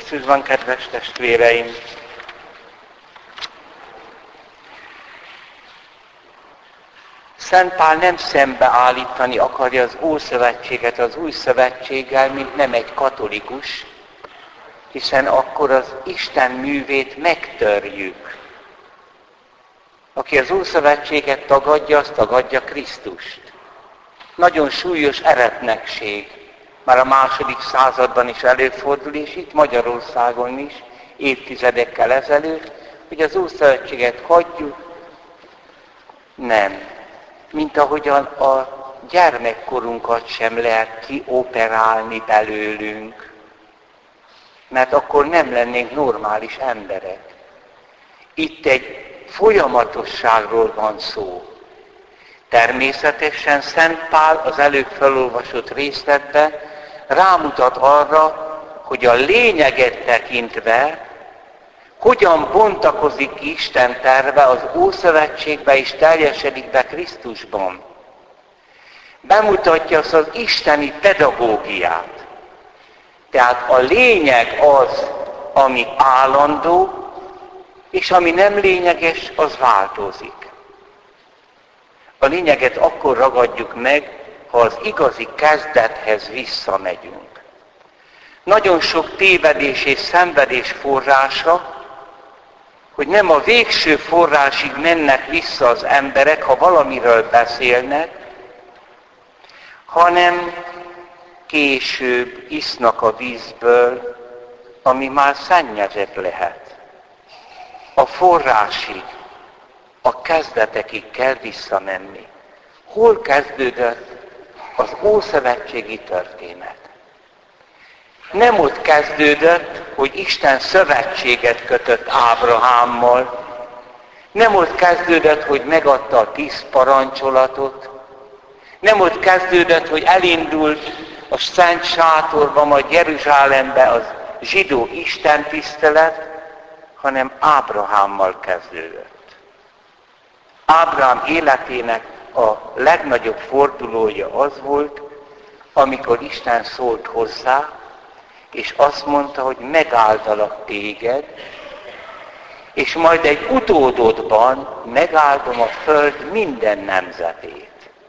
Krisztusban, kedves testvéreim! Szent Pál nem szembeállítani akarja az Ószövetséget az Új Szövetséggel, mint nem egy katolikus, hiszen akkor az Isten művét megtörjük. Aki az Ószövetséget tagadja, az tagadja Krisztust. Nagyon súlyos eretnekség. Már a második században is előfordul, és itt Magyarországon is, évtizedekkel ezelőtt, hogy az Ószövetséget hagyjuk. Nem. Mint ahogyan a gyermekkorunkat sem lehet kioperálni belőlünk. Mert akkor nem lennénk normális emberek. Itt egy folyamatosságról van szó. Természetesen Szent Pál az előbb felolvasott részletben rámutat arra, hogy a lényeget tekintve hogyan bontakozik ki Isten terve az Ószövetségbe és teljesedik be Krisztusban. Bemutatja azt az isteni pedagógiát. Tehát a lényeg az, ami állandó, és ami nem lényeges, az változik. A lényeget akkor ragadjuk meg, ha az igazi kezdethez visszamegyünk. Nagyon sok tévedés és szenvedés forrása, hogy nem a végső forrásig mennek vissza az emberek, ha valamiről beszélnek, hanem később isznak a vízből, ami már szennyezett lehet. A forrásig, a kezdetekig kell visszamenni. Hol kezdődött az ószövetségi történet? Nem ott kezdődött, hogy Isten szövetséget kötött Ábrahámmal. Nem ott kezdődött, hogy megadta a 10 parancsolatot. Nem ott kezdődött, hogy elindult a Szent Sátorba, majd Jeruzsálembe az zsidó istentisztelet, hanem Ábrahámmal kezdődött. Ábrahám életének a legnagyobb fordulója az volt, amikor Isten szólt hozzá, és azt mondta, hogy megáldalak téged, és majd egy utódodban megáldom a föld minden nemzetét.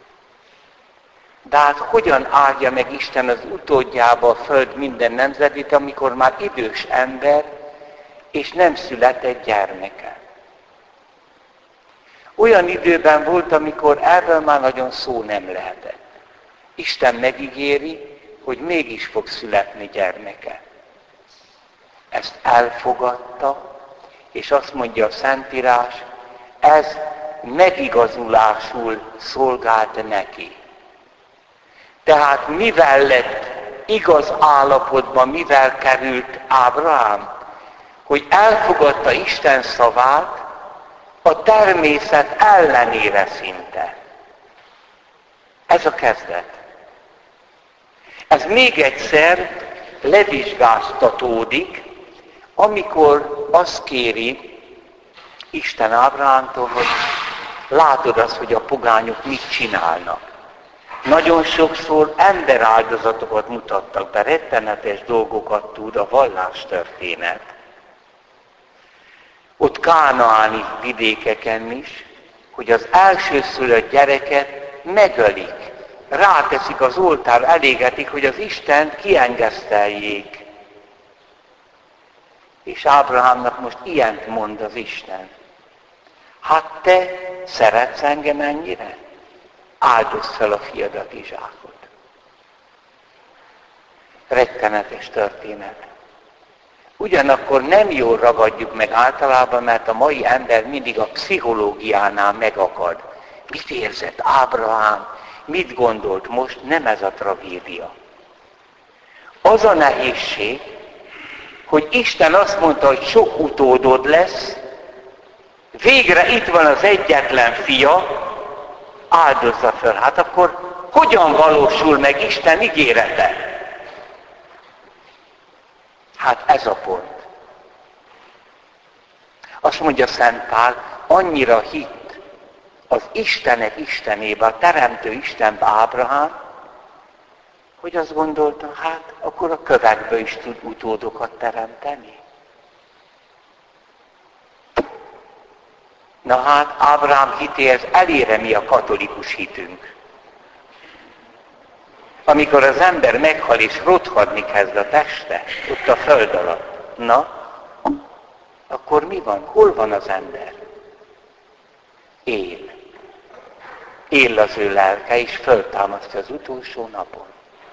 De hát hogyan áldja meg Isten az utódjába a föld minden nemzetét, amikor már idős ember, és nem született gyermeke? Olyan időben volt, amikor erről már nagyon szó nem lehetett. Isten megígéri, hogy mégis fog születni gyermeke. Ezt elfogadta, és azt mondja a Szentírás, ez megigazulásul szolgált neki. Tehát mivel lett igaz állapotban, mivel került Ábrahám? Hogy elfogadta Isten szavát a természet ellenére szinte. Ez a kezdet. Ez még egyszer levizsgáztatódik, amikor azt kéri Isten Ábrahámtól, hogy látod azt, hogy a pogányok mit csinálnak. Nagyon sokszor emberáldozatokat mutattak be, rettenetes dolgokat tud a vallástörténet. Ott kánaáni vidékeken is, hogy az elsőszülött gyereket megölik, ráteszik az oltár, elégetik, hogy az Istent kiengeszteljék. És Ábrahámnak most ilyent mond az Isten. Hát te szeretsz engem ennyire? Áldozd fel a fiadat, Izsákot. Rettenetes történet. Ugyanakkor nem jól ragadjuk meg általában, mert a mai ember mindig a pszichológiánál megakad. Mit érzett Ábrahám? Mit gondolt most? Nem ez a tragédia. Az a nehézség, hogy Isten azt mondta, hogy sok utódod lesz, végre itt van az egyetlen fia, áldozza föl. Hát akkor hogyan valósul meg Isten ígérete? Hát ez a pont. Azt mondja Szent Pál, annyira hitt az Istenek Istenébe, a Teremtő Istenbe Ábrahám, hogy azt gondolta, hát akkor a kövekből is tud utódokat teremteni. Na hát, Ábrahám hitéhez elére mi a katolikus hitünk. Amikor az ember meghal és rothadni kezd a teste, ott a föld alatt, na, akkor mi van? Hol van az ember? Él. Él az ő lelke, és föltámaszt az utolsó napon.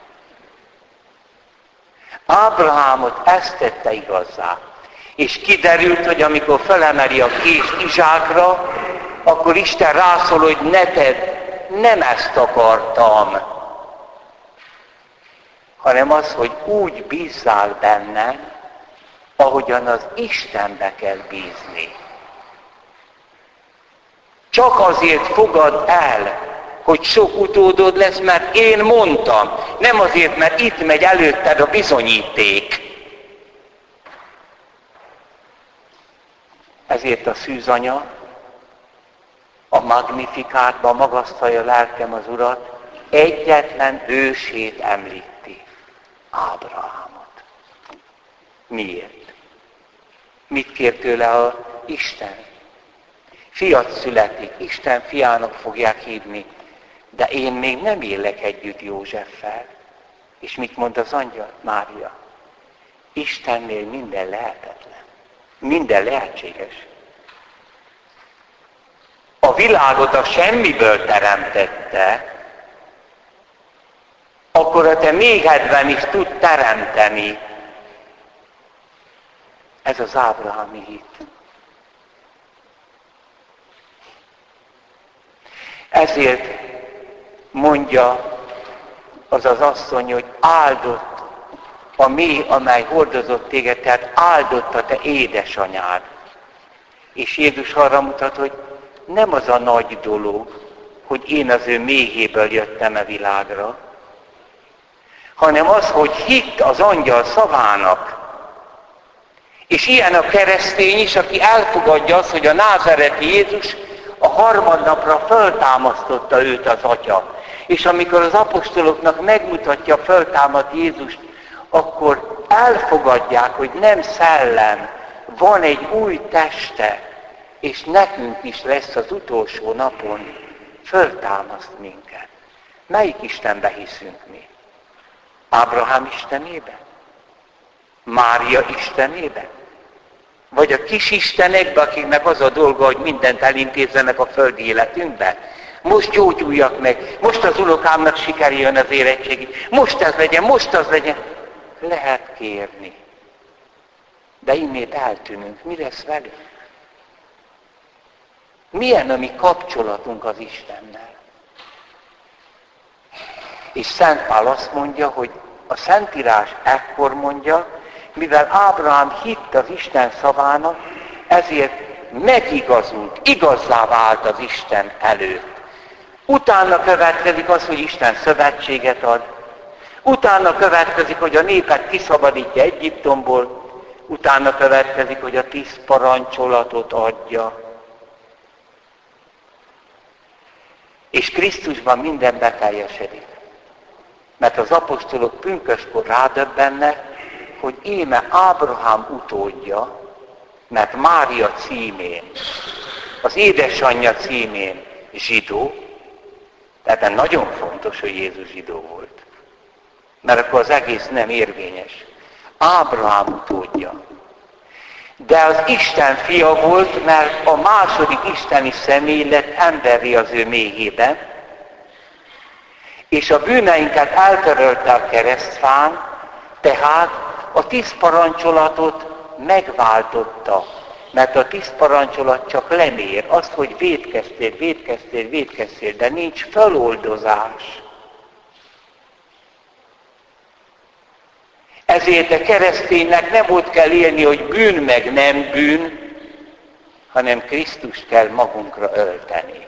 Ábrahámot ezt tette igazzá. És kiderült, hogy amikor felemeli a kést Izsákra, akkor Isten rászól, hogy ne tedd, nem ezt akartam, hanem az, hogy úgy bízzál benne, ahogyan az Istenbe kell bízni. Csak azért fogadd el, hogy sok utódod lesz, mert én mondtam, nem azért, mert itt megy előtted a bizonyíték. Ezért a szűzanya a Magnifikátban magasztalja lelkem az Urat, egyetlen ősét említi, Ábrahámot. Miért? Mit kér tőle az Isten? Fiat születik, Isten fiának fogják hívni, de én még nem élek együtt Józseffel. És mit mond az angyal? Mária? Istennél minden lehetetlen. Minden lehetséges. A világot a semmiből teremtette, akkor a te méhedben is tud teremteni. Ez az ábrahámi hit. Ezért mondja az az asszony, hogy áldott a méh, amely hordozott téged, tehát áldott a te édesanyád. És Jézus arra mutat, hogy nem az a nagy dolog, hogy én az ő méhéből jöttem a világra, hanem az, hogy hitt az angyal szavának. És ilyen a keresztény is, aki elfogadja azt, hogy a názáreti Jézus a harmadnapra föltámasztotta őt az Atya. És amikor az apostoloknak megmutatja a föltámadt Jézust, akkor elfogadják, hogy nem szellem, van egy új teste, és nekünk is lesz az utolsó napon, föltámaszt minket. Melyik Istenbe hiszünk mi? Ábrahám istenébe? Mária istenébe? Vagy a kis istenekbe, akiknek az a dolga, hogy mindent elintézzenek a földi életünkbe? Most gyógyuljak meg, most az unokámnak sikerüljön az érettségi, most ez legyen, most az legyen. Lehet kérni. De innét eltűnünk. Mi lesz velünk? Milyen a mi kapcsolatunk az Istennel? És Szent Pál azt mondja, hogy a Szentírás ekkor mondja, mivel Ábrahám hitt az Isten szavának, ezért megigazult, igazzá vált az Isten előtt. Utána következik az, hogy Isten szövetséget ad. Utána következik, hogy a népet kiszabadítja Egyiptomból. Utána következik, hogy a 10 parancsolatot adja. És Krisztusban minden beteljesedik. Mert az apostolok pünköskor rádöbbennek, hogy íme Ábrahám utódja, mert Mária címén, az édesanyja címén zsidó, tehát nagyon fontos, hogy Jézus zsidó volt. Mert akkor az egész nem érvényes. Ábrahám utódja. De az Isten fia volt, mert a második isteni személy lett emberi az ő méhében, és a bűneinket eltörölte a keresztfán, tehát a 10 parancsolatot megváltotta. Mert a 10 parancsolat csak lemér azt, hogy vétkeztél, de nincs feloldozás. Ezért a kereszténynek nem ott kell élni, hogy bűn meg nem bűn, hanem Krisztust kell magunkra ölteni.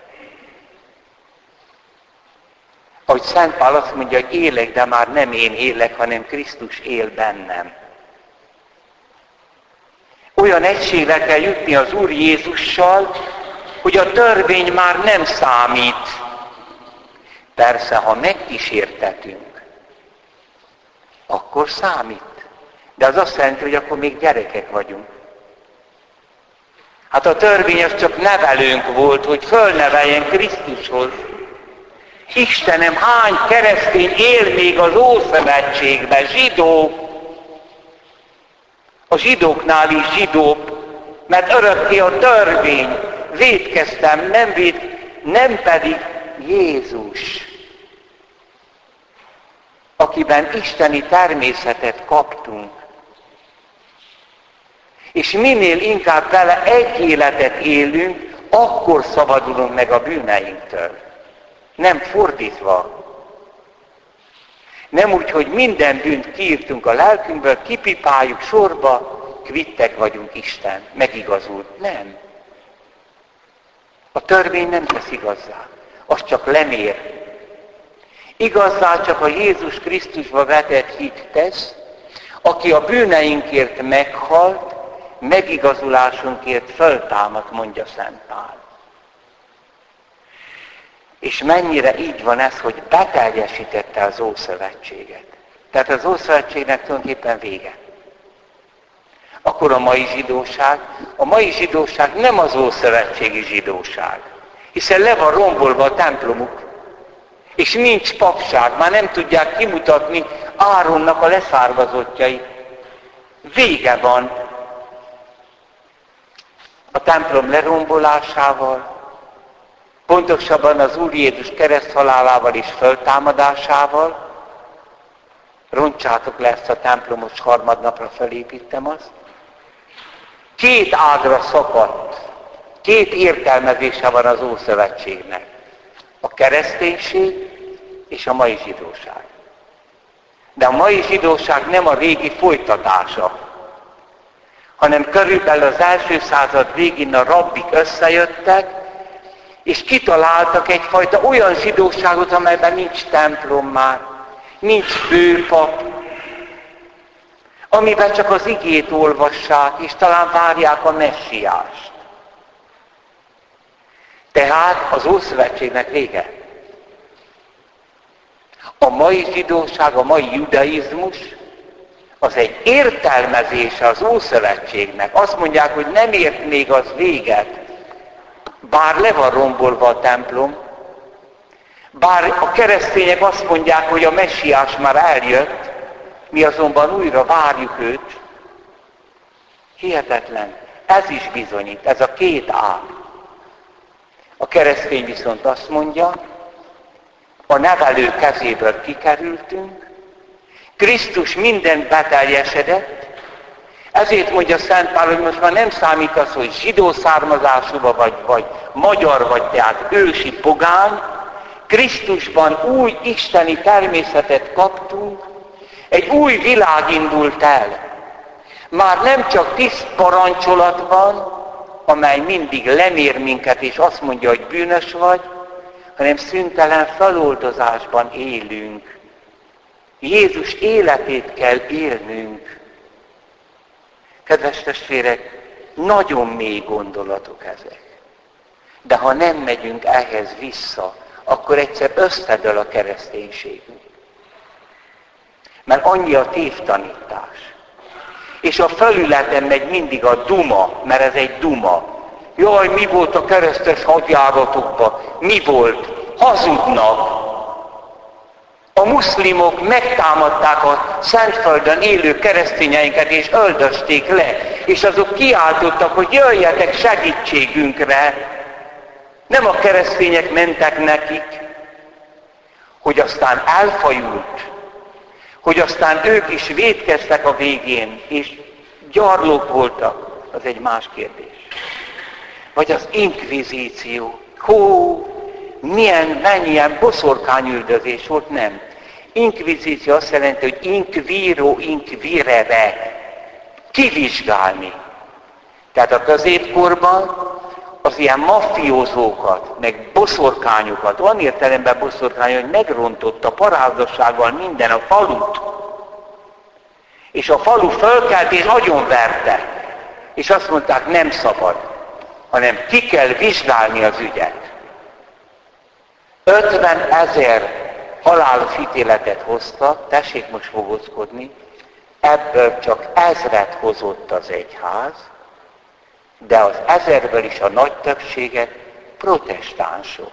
Ahogy Szent Pál azt mondja, hogy élek, de már nem én élek, hanem Krisztus él bennem. Olyan egységre kell jutni az Úr Jézussal, hogy a törvény már nem számít. Persze, ha megkísértetünk, akkor számít. De az azt jelenti, hogy akkor még gyerekek vagyunk. Hát a törvény az csak nevelőnk volt, hogy fölneveljen Krisztushoz. Istenem, hány keresztény él még az Ószövetségben, zsidó. A zsidóknál is zsidóbb, mert örökké a törvény. Vétkeztem, nem pedig Jézus, akiben isteni természetet kaptunk. És minél inkább vele egy életet élünk, akkor szabadulunk meg a bűneinktől. Nem fordítva. Nem úgy, hogy minden bűnt kiírtunk a lelkünkből, kipipáljuk sorba, kvittek vagyunk Isten, megigazult. Nem. A törvény nem tesz igazzá. Az csak lemér. Igazzá csak a Jézus Krisztusba vetett hit tesz, aki a bűneinkért meghalt, megigazulásunkért föltámadt, mondja Szent Pál. És mennyire így van ez, hogy beteljesítette az Ószövetséget. Tehát az Ószövetségnek tulajdonképpen vége. Akkor a mai zsidóság nem az ószövetségi zsidóság. Hiszen le van rombolva a templomuk. És nincs papság, már nem tudják kimutatni Áronnak a leszármazottjai. Vége van a templom lerombolásával, pontosabban az Úr Jézus kereszthalálával és föltámadásával. Roncsátok le ezt a templomot, harmadnapra felépítem azt. Két ágra szakadt, két értelmezése van az Ószövetségnek. A kereszténység és a mai zsidóság. De a mai zsidóság nem a régi folytatása, hanem körülbelül az első század végén a rabbik összejöttek, és kitaláltak egyfajta olyan zsidóságot, amelyben nincs templom már, nincs főpap, amiben csak az igét olvassák, és talán várják a messiást. Tehát az Ószövetségnek vége. A mai zsidóság, a mai judaizmus, az egy értelmezése az Ószövetségnek. Azt mondják, hogy nem ért még az véget, bár le van rombolva a templom, bár a keresztények azt mondják, hogy a messiás már eljött, mi azonban újra várjuk őt. Hihetetlen. Ez is bizonyít, ez a két ág. A keresztény viszont azt mondja, a nevelő kezéből kikerültünk, Krisztus mindent beteljesedett, ezért mondja Szent Pál, hogy most már nem számít az, hogy zsidó származásúba vagy magyar vagy, tehát ősi pogány, Krisztusban új isteni természetet kaptunk, egy új világ indult el. Már nem csak 10 parancsolat van, amely mindig lemér minket, és azt mondja, hogy bűnös vagy, hanem szüntelen feloldozásban élünk. Jézus életét kell élnünk. Kedves testvérek, nagyon mély gondolatok ezek. De ha nem megyünk ehhez vissza, akkor egyszer összedől a kereszténységünk. Mert annyi a tévtanítás. És a felületen megy mindig a duma, mert ez egy duma. Jaj, mi volt a keresztes hadjáratokban? Mi volt? Hazudnak. A muszlimok megtámadták a Szentföldön élő keresztényeinket, és öldözték le. És azok kiáltottak, hogy jöjjetek segítségünkre. Nem a keresztények mentek nekik, hogy aztán elfajult, hogy aztán ők is vétkeztek a végén, és gyarlók voltak, az egy más kérdés. Vagy az inkvizíció. Mennyien boszorkányüldözés volt, nem. Inkvizíció azt jelenti, hogy inquiro, inquirere, kivizsgálni. Tehát a középkorban az ilyen maffiózókat, meg boszorkányokat, olyan értelemben boszorkány, hogy megrontotta parázassággal minden a falut. És a falu fölkelt és agyonverte. És azt mondták, nem szabad, hanem ki kell vizsgálni az ügyet. 50 000 halálos ítéletet hoztak, tessék most fogockodni, ebből csak 1000 hozott az egyház, de az 1000-ből is a nagy többséget protestánsok.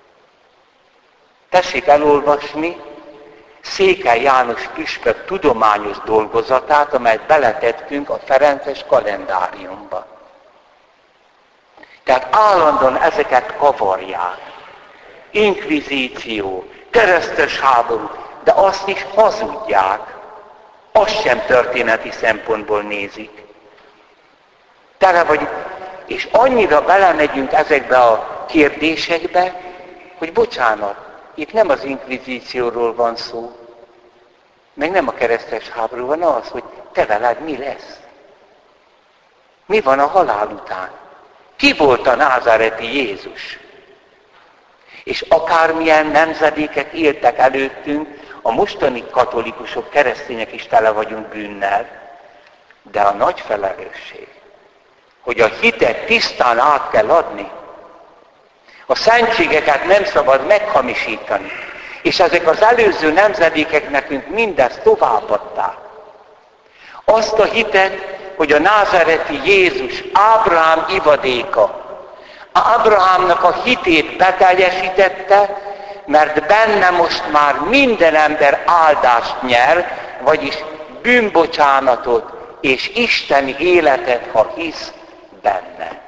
Tessék elolvasni Székely János püspök tudományos dolgozatát, amelyet beletettünk a ferences kalendáriumba. Tehát állandóan ezeket kavarják. Inkvizíció, keresztes háború, de azt is hazudják. Azt sem történeti szempontból nézik. Tele vagy, és annyira belemegyünk ezekbe a kérdésekbe, hogy bocsánat, itt nem az inkvizícióról van szó, meg nem a keresztes háború, van az, hogy te veled mi lesz. Mi van a halál után? Ki volt a názáreti Jézus? És akármilyen nemzedékek éltek előttünk, a mostani katolikusok, keresztények is tele vagyunk bűnnel, de a nagy felelősség, hogy a hitet tisztán át kell adni, a szentségeket nem szabad meghamisítani, és ezek az előző nemzedékek nekünk mindezt továbbadták. Azt a hitet, hogy a názáreti Jézus Ábrahám ivadéka, Ábrahámnak a hitét beteljesítette, mert benne most már minden ember áldást nyer, vagyis bűnbocsánatot és isteni életet, ha hisz benne.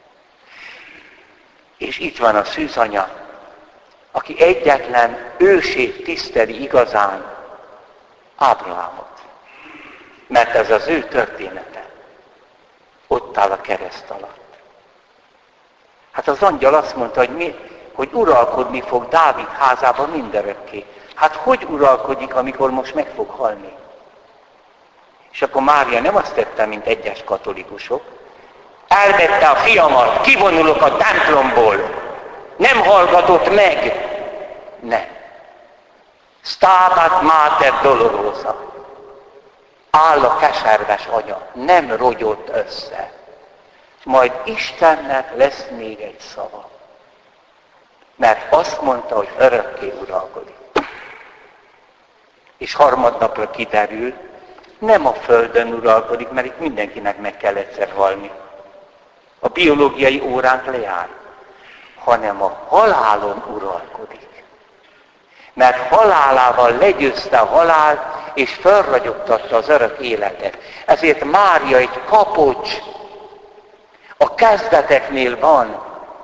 És itt van a szűzanya, aki egyetlen ősét tiszteli igazán, Ábrahámot. Mert ez az ő története. Ott áll a kereszt alatt. Hát az angyal azt mondta, hogy uralkodni fog Dávid házában mindörökké. Hát hogy uralkodik, amikor most meg fog halni? És akkor Mária nem azt tette, mint egyes katolikusok. Elvette a fiamat, kivonulok a templomból. Nem hallgatott meg. Nem. Stabat Mater Dolorosa. Áll a keserves anya. Nem rogyott össze. Majd Istennek lesz még egy szava. Mert azt mondta, hogy örökké uralkodik. És harmadnapra kiderül, nem a földön uralkodik, mert itt mindenkinek meg kell egyszer halni. A biológiai óránk lejár, hanem a halálon uralkodik. Mert halálával legyőzte a halált, és felragyogtatta az örök életet. Ezért Mária egy kapocs, a kezdeteknél van.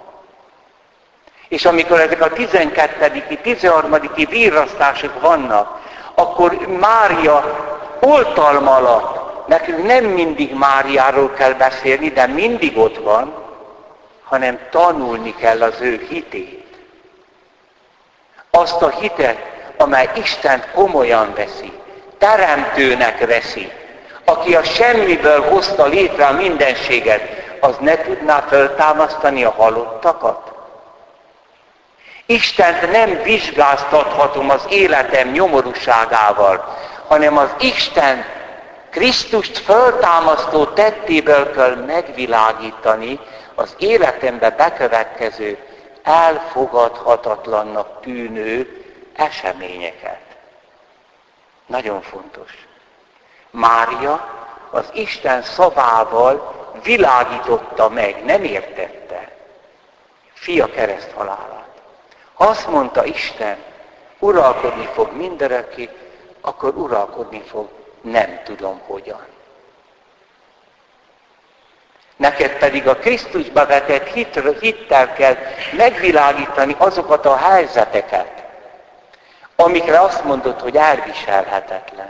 És amikor ezek a 12., 13. virrasztások vannak, akkor Mária oltalma alatt, nekünk nem mindig Máriáról kell beszélni, de mindig ott van, hanem tanulni kell az ő hitét. Azt a hitet, amely Istent komolyan veszi, teremtőnek veszi, aki a semmiből hozta létre a mindenséget, az ne tudná föltámasztani a halottakat? Istent nem vizsgáztathatom az életem nyomorúságával, hanem az Isten Krisztust föltámasztó tettéből kell megvilágítani az életembe bekövetkező, elfogadhatatlannak tűnő eseményeket. Nagyon fontos. Mária az Isten szavával világította meg, nem értette fia kereszthalálát. Ha azt mondta Isten, uralkodni fog mindörökké, akkor uralkodni fog, nem tudom hogyan. Neked pedig a Krisztusba vetett hittel kell megvilágítani azokat a helyzeteket, amikre azt mondod, hogy elviselhetetlen.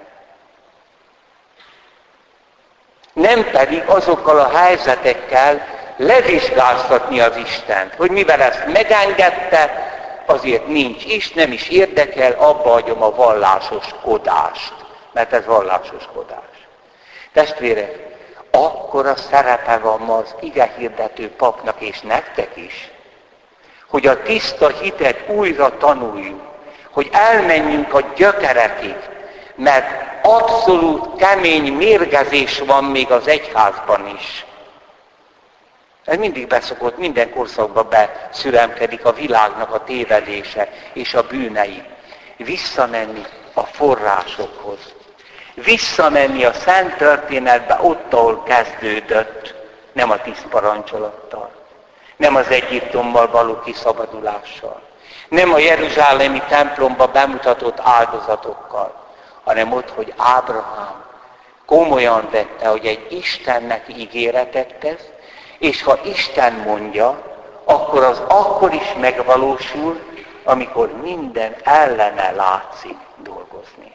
Nem pedig azokkal a helyzetekkel levizsgáztatni az Istent, hogy mivel ezt megengedte, azért nincs is, nem is érdekel, abba hagyom a vallásoskodást. Mert ez vallásoskodás. Testvérek, akkora szerepe van ma az igehirdető papnak és nektek is, hogy a tiszta hitet újra tanuljuk, hogy elmenjünk a gyökerekig, mert abszolút kemény mérgezés van még az egyházban is. Ez mindig beszokott, minden korszakban beszüremkedik a világnak a tévedése és a bűnei. visszamenni a forrásokhoz. Visszamenni a szent történetbe ott, ahol kezdődött, nem a 10 parancsolattal, nem az Egyiptommal való kiszabadulással, nem a jeruzsálemi templomba bemutatott áldozatokkal, hanem ott, hogy Ábrahám komolyan vette, hogy egy Istennek ígéretet tesz, és ha Isten mondja, akkor az akkor is megvalósul, amikor minden ellene látszik dolgozni.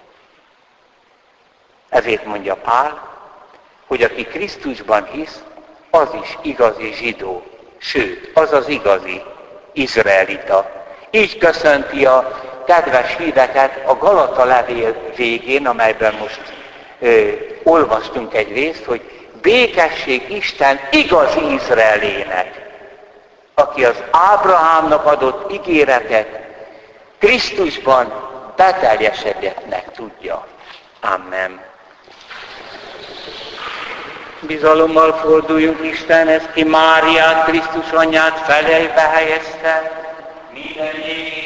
Ezért mondja Pál, hogy aki Krisztusban hisz, az is igazi zsidó, sőt, az az igazi izraelita. Így köszönti a kedves híveket a Galata levél végén, amelyben most olvastunk egy részt, hogy békesség Isten igazi Izraelének, aki az Ábrahámnak adott ígéretet Krisztusban beteljesedetnek tudja. Amen. Bizalommal forduljunk Istenhez, ki Máriát, Krisztus anyját felébe helyezte, minden